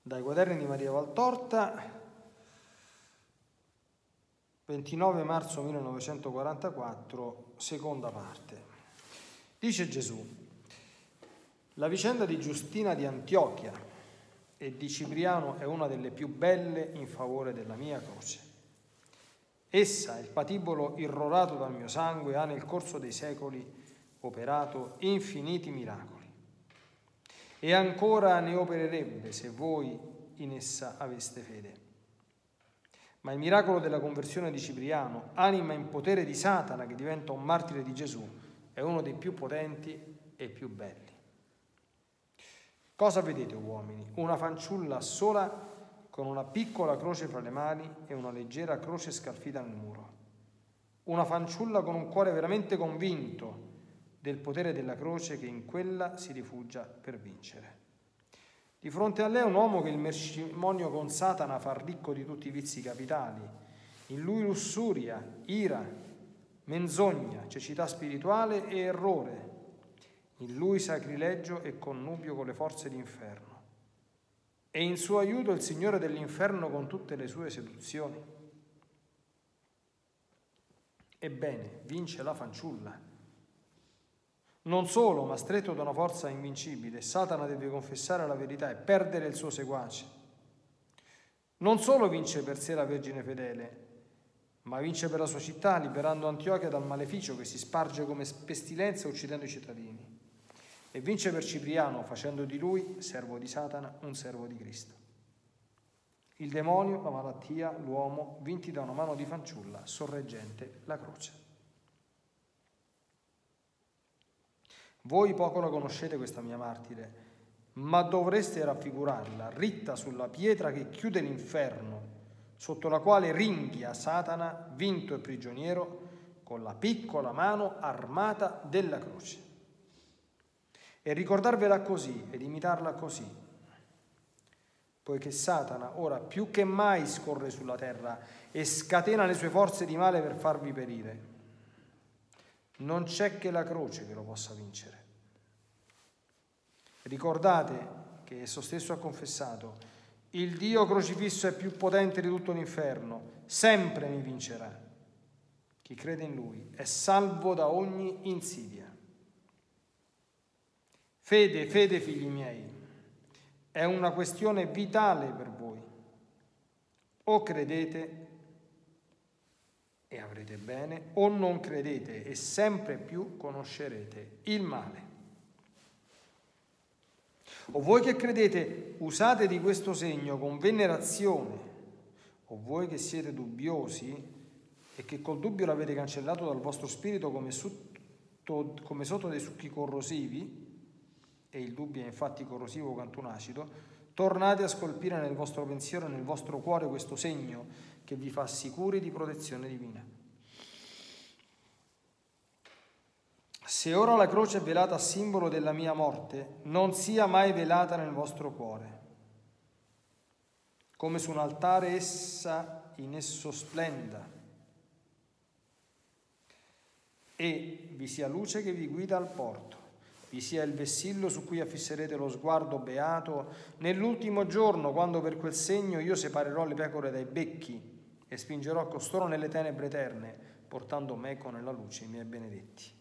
Dai quaderni di Maria Valtorta, 29 marzo 1944, seconda parte. Dice Gesù: la vicenda di Giustina di Antiochia e di Cipriano è una delle più belle in favore della mia croce. Essa, il patibolo irrorato dal mio sangue, ha nel corso dei secoli operato infiniti miracoli. E ancora ne opererebbe se voi in essa aveste fede. Ma il miracolo della conversione di Cipriano, anima in potere di Satana che diventa un martire di Gesù, è uno dei più potenti e più belli. Cosa vedete, uomini? Una fanciulla sola con una piccola croce fra le mani e una leggera croce scalfita nel muro. Una fanciulla con un cuore veramente convinto del potere della croce che in quella si rifugia per vincere. Di fronte a lei un uomo che il mercimonio con Satana fa ricco di tutti i vizi capitali. In lui lussuria, ira, menzogna, cecità spirituale e errore. In lui sacrilegio e connubio con le forze d'inferno. E in suo aiuto il Signore dell'inferno con tutte le sue seduzioni. Ebbene, vince la fanciulla. Non solo, ma stretto da una forza invincibile, Satana deve confessare la verità e perdere il suo seguace. Non solo vince per sé la Vergine fedele, ma vince per la sua città, liberando Antiochia dal maleficio che si sparge come pestilenza uccidendo i cittadini. E vince per Cipriano, facendo di lui, servo di Satana, un servo di Cristo. Il demonio, la malattia, l'uomo, vinti da una mano di fanciulla, sorreggente la croce. Voi poco la conoscete questa mia martire, ma dovreste raffigurarla, ritta sulla pietra che chiude l'inferno, sotto la quale ringhia Satana, vinto e prigioniero, con la piccola mano armata della croce. E ricordarvela così ed imitarla così, poiché Satana ora più che mai scorre sulla terra e scatena le sue forze di male per farvi perire. Non c'è che la croce che lo possa vincere. Ricordate che esso stesso ha confessato: il Dio crocifisso è più potente di tutto l'inferno, sempre mi vincerà. Chi crede in Lui è salvo da ogni insidia. Fede, fede, figli miei, è una questione vitale per voi. O credete e avrete bene, o non credete e sempre più conoscerete il male. O voi che credete usate di questo segno con venerazione, o voi che siete dubbiosi e che col dubbio l'avete cancellato dal vostro spirito come sotto dei succhi corrosivi, e il dubbio è infatti corrosivo quanto un acido, tornate a scolpire nel vostro pensiero e nel vostro cuore questo segno che vi fa sicuri di protezione divina. Se ora la croce è velata a simbolo della mia morte, non sia mai velata nel vostro cuore. Come su un altare essa in esso splenda e vi sia luce che vi guida al porto, vi sia il vessillo su cui affisserete lo sguardo beato nell'ultimo giorno, quando per quel segno io separerò le pecore dai becchi e spingerò costoro nelle tenebre eterne, portando meco nella luce i miei benedetti.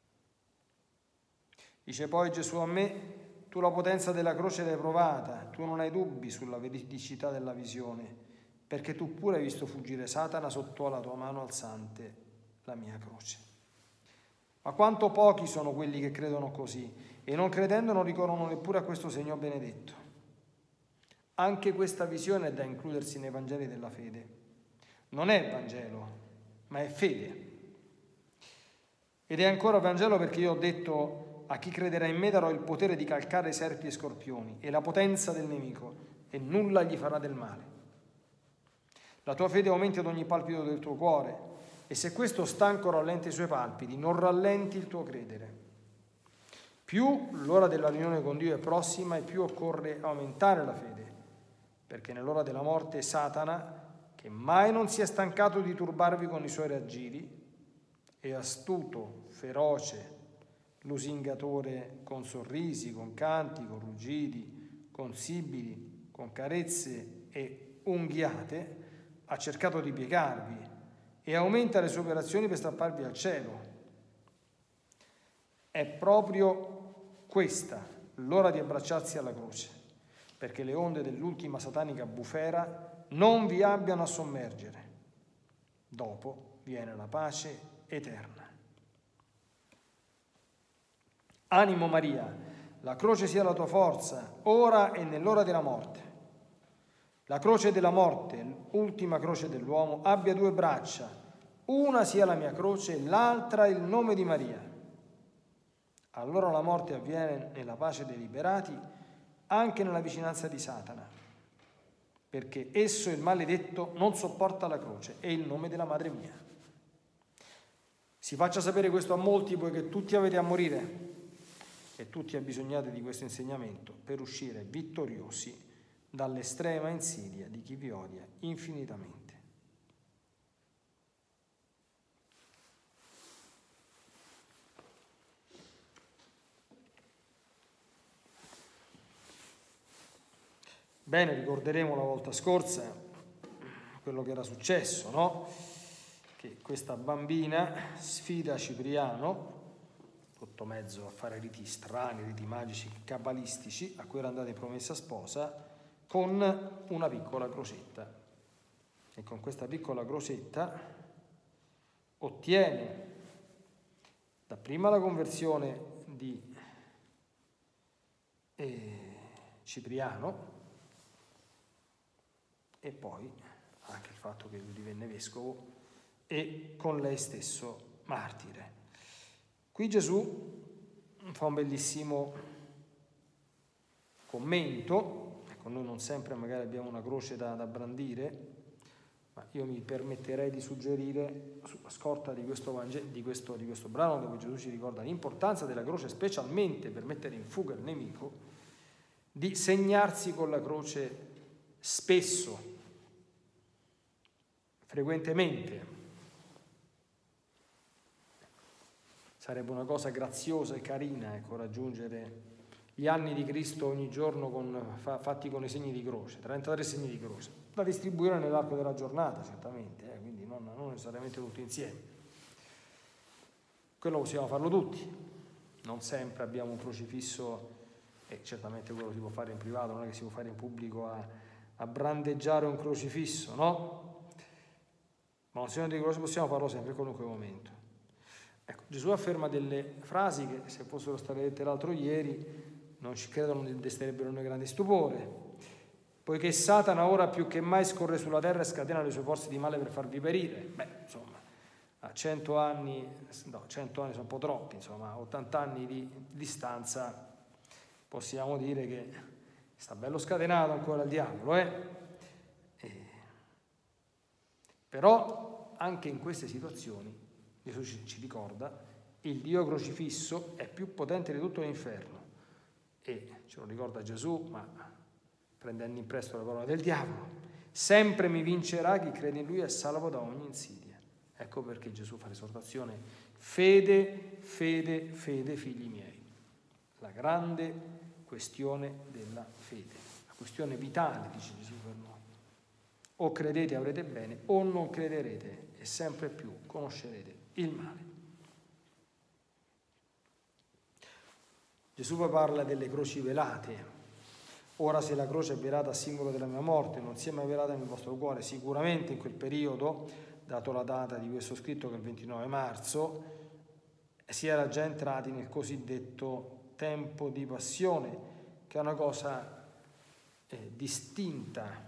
Dice poi Gesù a me: tu la potenza della croce l'hai provata, tu non hai dubbi sulla veridicità della visione, perché tu pure hai visto fuggire Satana sotto la tua mano alzante la mia croce. Ma quanto pochi sono quelli che credono così e non credendo non ricorrono neppure a questo segno benedetto. Anche questa visione è da includersi nei Vangeli della fede. Non è Vangelo, ma è fede. Ed è ancora Vangelo perché io ho detto: a chi crederà in me darò il potere di calcare serpi e scorpioni e la potenza del nemico, e nulla gli farà del male. La tua fede aumenti ad ogni palpito del tuo cuore, e se questo stanco rallenta i suoi palpiti, non rallenti il tuo credere. Più l'ora della riunione con Dio è prossima e più occorre aumentare la fede, perché nell'ora della morte Satana, che mai non si è stancato di turbarvi con i suoi raggiri, è astuto, feroce, lusingatore con sorrisi, con canti, con ruggiti, con sibili, con carezze e unghiate, ha cercato di piegarvi e aumenta le sue operazioni per strapparvi al cielo. È proprio questa l'ora di abbracciarsi alla croce, perché le onde dell'ultima satanica bufera non vi abbiano a sommergere. Dopo viene la pace eterna. Animo Maria, la croce sia la tua forza, ora e nell'ora della morte. La croce della morte, l'ultima croce dell'uomo, abbia due braccia, una sia la mia croce e l'altra il nome di Maria. Allora la morte avviene nella pace dei liberati, anche nella vicinanza di Satana, perché esso, il maledetto, non sopporta la croce e il nome della madre mia. Si faccia sapere questo a molti, poiché tutti avete a morire e tutti abbisognate di questo insegnamento per uscire vittoriosi dall'estrema insidia di chi vi odia infinitamente. Bene, ricorderemo la volta scorsa quello che era successo, no? Che questa bambina sfida Cipriano, sotto mezzo a fare riti strani, riti magici, cabalistici, a cui era andata in promessa sposa, con una piccola crocetta. E con questa piccola crocetta ottiene dapprima la conversione di Cipriano e poi anche il fatto che lui divenne vescovo e con lei stesso martire. Qui Gesù fa un bellissimo commento. Ecco, noi non sempre magari abbiamo una croce da brandire, ma io mi permetterei di suggerire, sulla scorta di questo brano dove Gesù ci ricorda l'importanza della croce, specialmente per mettere in fuga il nemico, di segnarsi con la croce spesso, frequentemente. Sarebbe una cosa graziosa e carina, ecco, raggiungere gli anni di Cristo ogni giorno fatti con i segni di croce, 33 segni di croce, da distribuire nell'arco della giornata, certamente, quindi non necessariamente tutti insieme. Quello possiamo farlo tutti, non sempre abbiamo un crocifisso, e certamente quello si può fare in privato, non è che si può fare in pubblico a brandeggiare un crocifisso, no? Ma un segno di croce possiamo farlo sempre, in qualunque momento. Ecco, Gesù afferma delle frasi che, se fossero state dette l'altro ieri, non ci credo, non desterebbero noi grande stupore. Poiché Satana ora più che mai scorre sulla terra e scatena le sue forze di male per farvi perire. Beh, insomma, a 100 anni sono un po' troppi, insomma, a 80 anni di distanza possiamo dire che sta bello scatenato ancora il diavolo, Però anche in queste situazioni Gesù ci ricorda: il Dio crocifisso è più potente di tutto l'inferno, e ce lo ricorda Gesù, ma prendendo in prestito la parola del diavolo: sempre mi vincerà chi crede in lui è salvo da ogni insidia. Ecco perché Gesù fa l'esortazione: fede, fede, fede, figli miei. La grande questione della fede, la questione vitale, dice Gesù per noi. O credete e avrete bene, o non crederete e sempre più conoscerete il male. Gesù poi parla delle croci velate. Ora, se la croce è velata a simbolo della mia morte, non si è mai velata nel vostro cuore. Sicuramente in quel periodo, dato la data di questo scritto che è il 29 marzo, si era già entrati nel cosiddetto tempo di passione, che è una cosa distinta,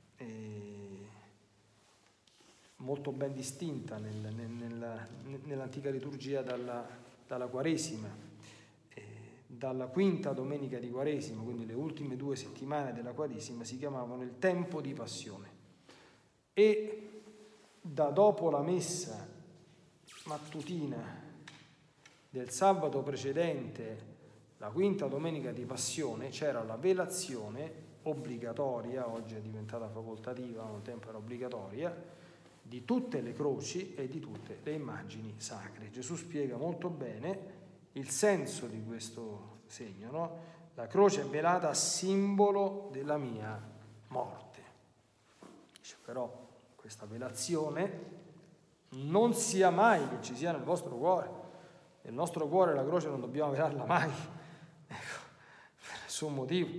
molto ben distinta nell'antica liturgia dalla Quaresima, dalla quinta domenica di Quaresima, quindi le ultime 2 settimane della Quaresima si chiamavano il tempo di passione, e da dopo la messa mattutina del sabato precedente la quinta domenica di passione c'era la velazione obbligatoria, oggi è diventata facoltativa, un tempo era obbligatoria, di tutte le croci e di tutte le immagini sacre. Gesù spiega molto bene il senso di questo segno, no? La croce è velata a simbolo della mia morte. Dice, però questa velazione non sia mai che ci sia nel vostro cuore. Nel nostro cuore la croce non dobbiamo velarla mai, ecco, per nessun motivo.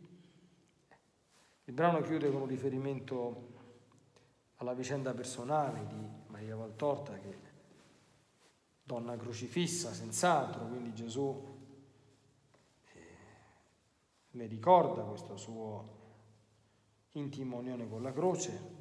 Il brano chiude con un riferimento alla vicenda personale di Maria Valtorta, che donna crocifissa, senz'altro, quindi Gesù le ricorda questo suo intimo unione con la croce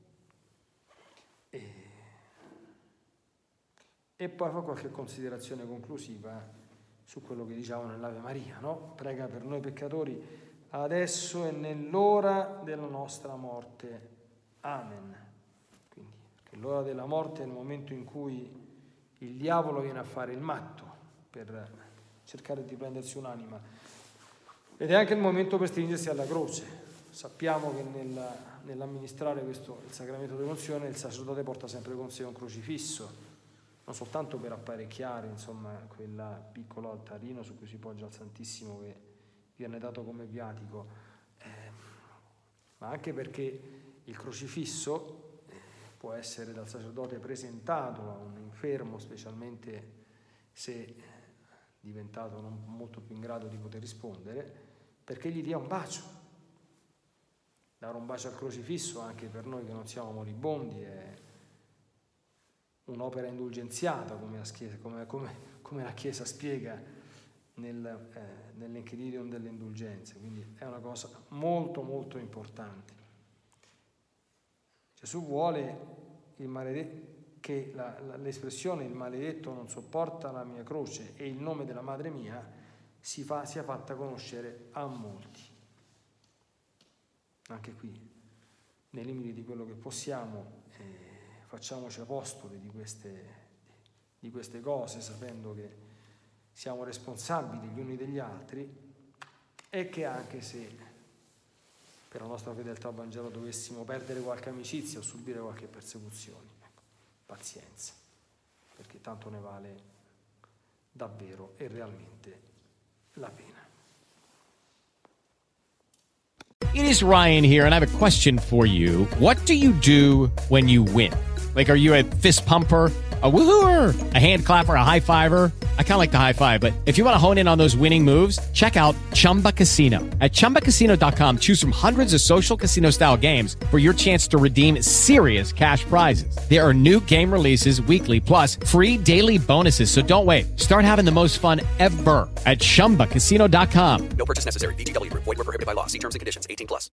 e poi fa qualche considerazione conclusiva su quello che diciamo nell'Ave Maria, no? Prega per noi peccatori adesso e nell'ora della nostra morte. Amen. Quindi, perché l'ora della morte è il momento in cui il diavolo viene a fare il matto per cercare di prendersi un'anima, ed è anche il momento per stringersi alla croce. Sappiamo che nell'amministrare il sacramento dell'unzione il sacerdote porta sempre con sé un crocifisso, non soltanto per apparecchiare, insomma, quel piccolo altarino su cui si poggia il Santissimo che viene dato come viatico, ma anche perché il crocifisso può essere dal sacerdote presentato a un infermo, specialmente se diventato non molto più in grado di poter rispondere, perché gli dia un bacio. Dare un bacio al crocifisso, anche per noi che non siamo moribondi, è un'opera indulgenziata, come la Chiesa spiega nell'Enchiridion delle indulgenze, quindi è una cosa molto molto importante. Gesù vuole che l'espressione il maledetto non sopporta la mia croce e il nome della madre mia sia fatta conoscere a molti. Anche qui, nei limiti di quello che possiamo, facciamoci apostoli di queste cose, sapendo che siamo responsabili gli uni degli altri e che anche se per la nostra fedeltà al Vangelo dovessimo perdere qualche amicizia o subire qualche persecuzione, ecco, pazienza, perché tanto ne vale davvero e realmente la pena. It is Ryan here, and I have a question for you. What do you do when you win? Like, are you a fist pumper, a woo-hooer, a hand clapper, a high fiver? I kind of like the high five, but if you want to hone in on those winning moves, check out Chumba Casino. At ChumbaCasino.com, choose from hundreds of social casino-style games for your chance to redeem serious cash prizes. There are new game releases weekly, plus free daily bonuses, so don't wait. Start having the most fun ever at ChumbaCasino.com. No purchase necessary. VGW Group. Void where prohibited by law. See terms and conditions. 18+.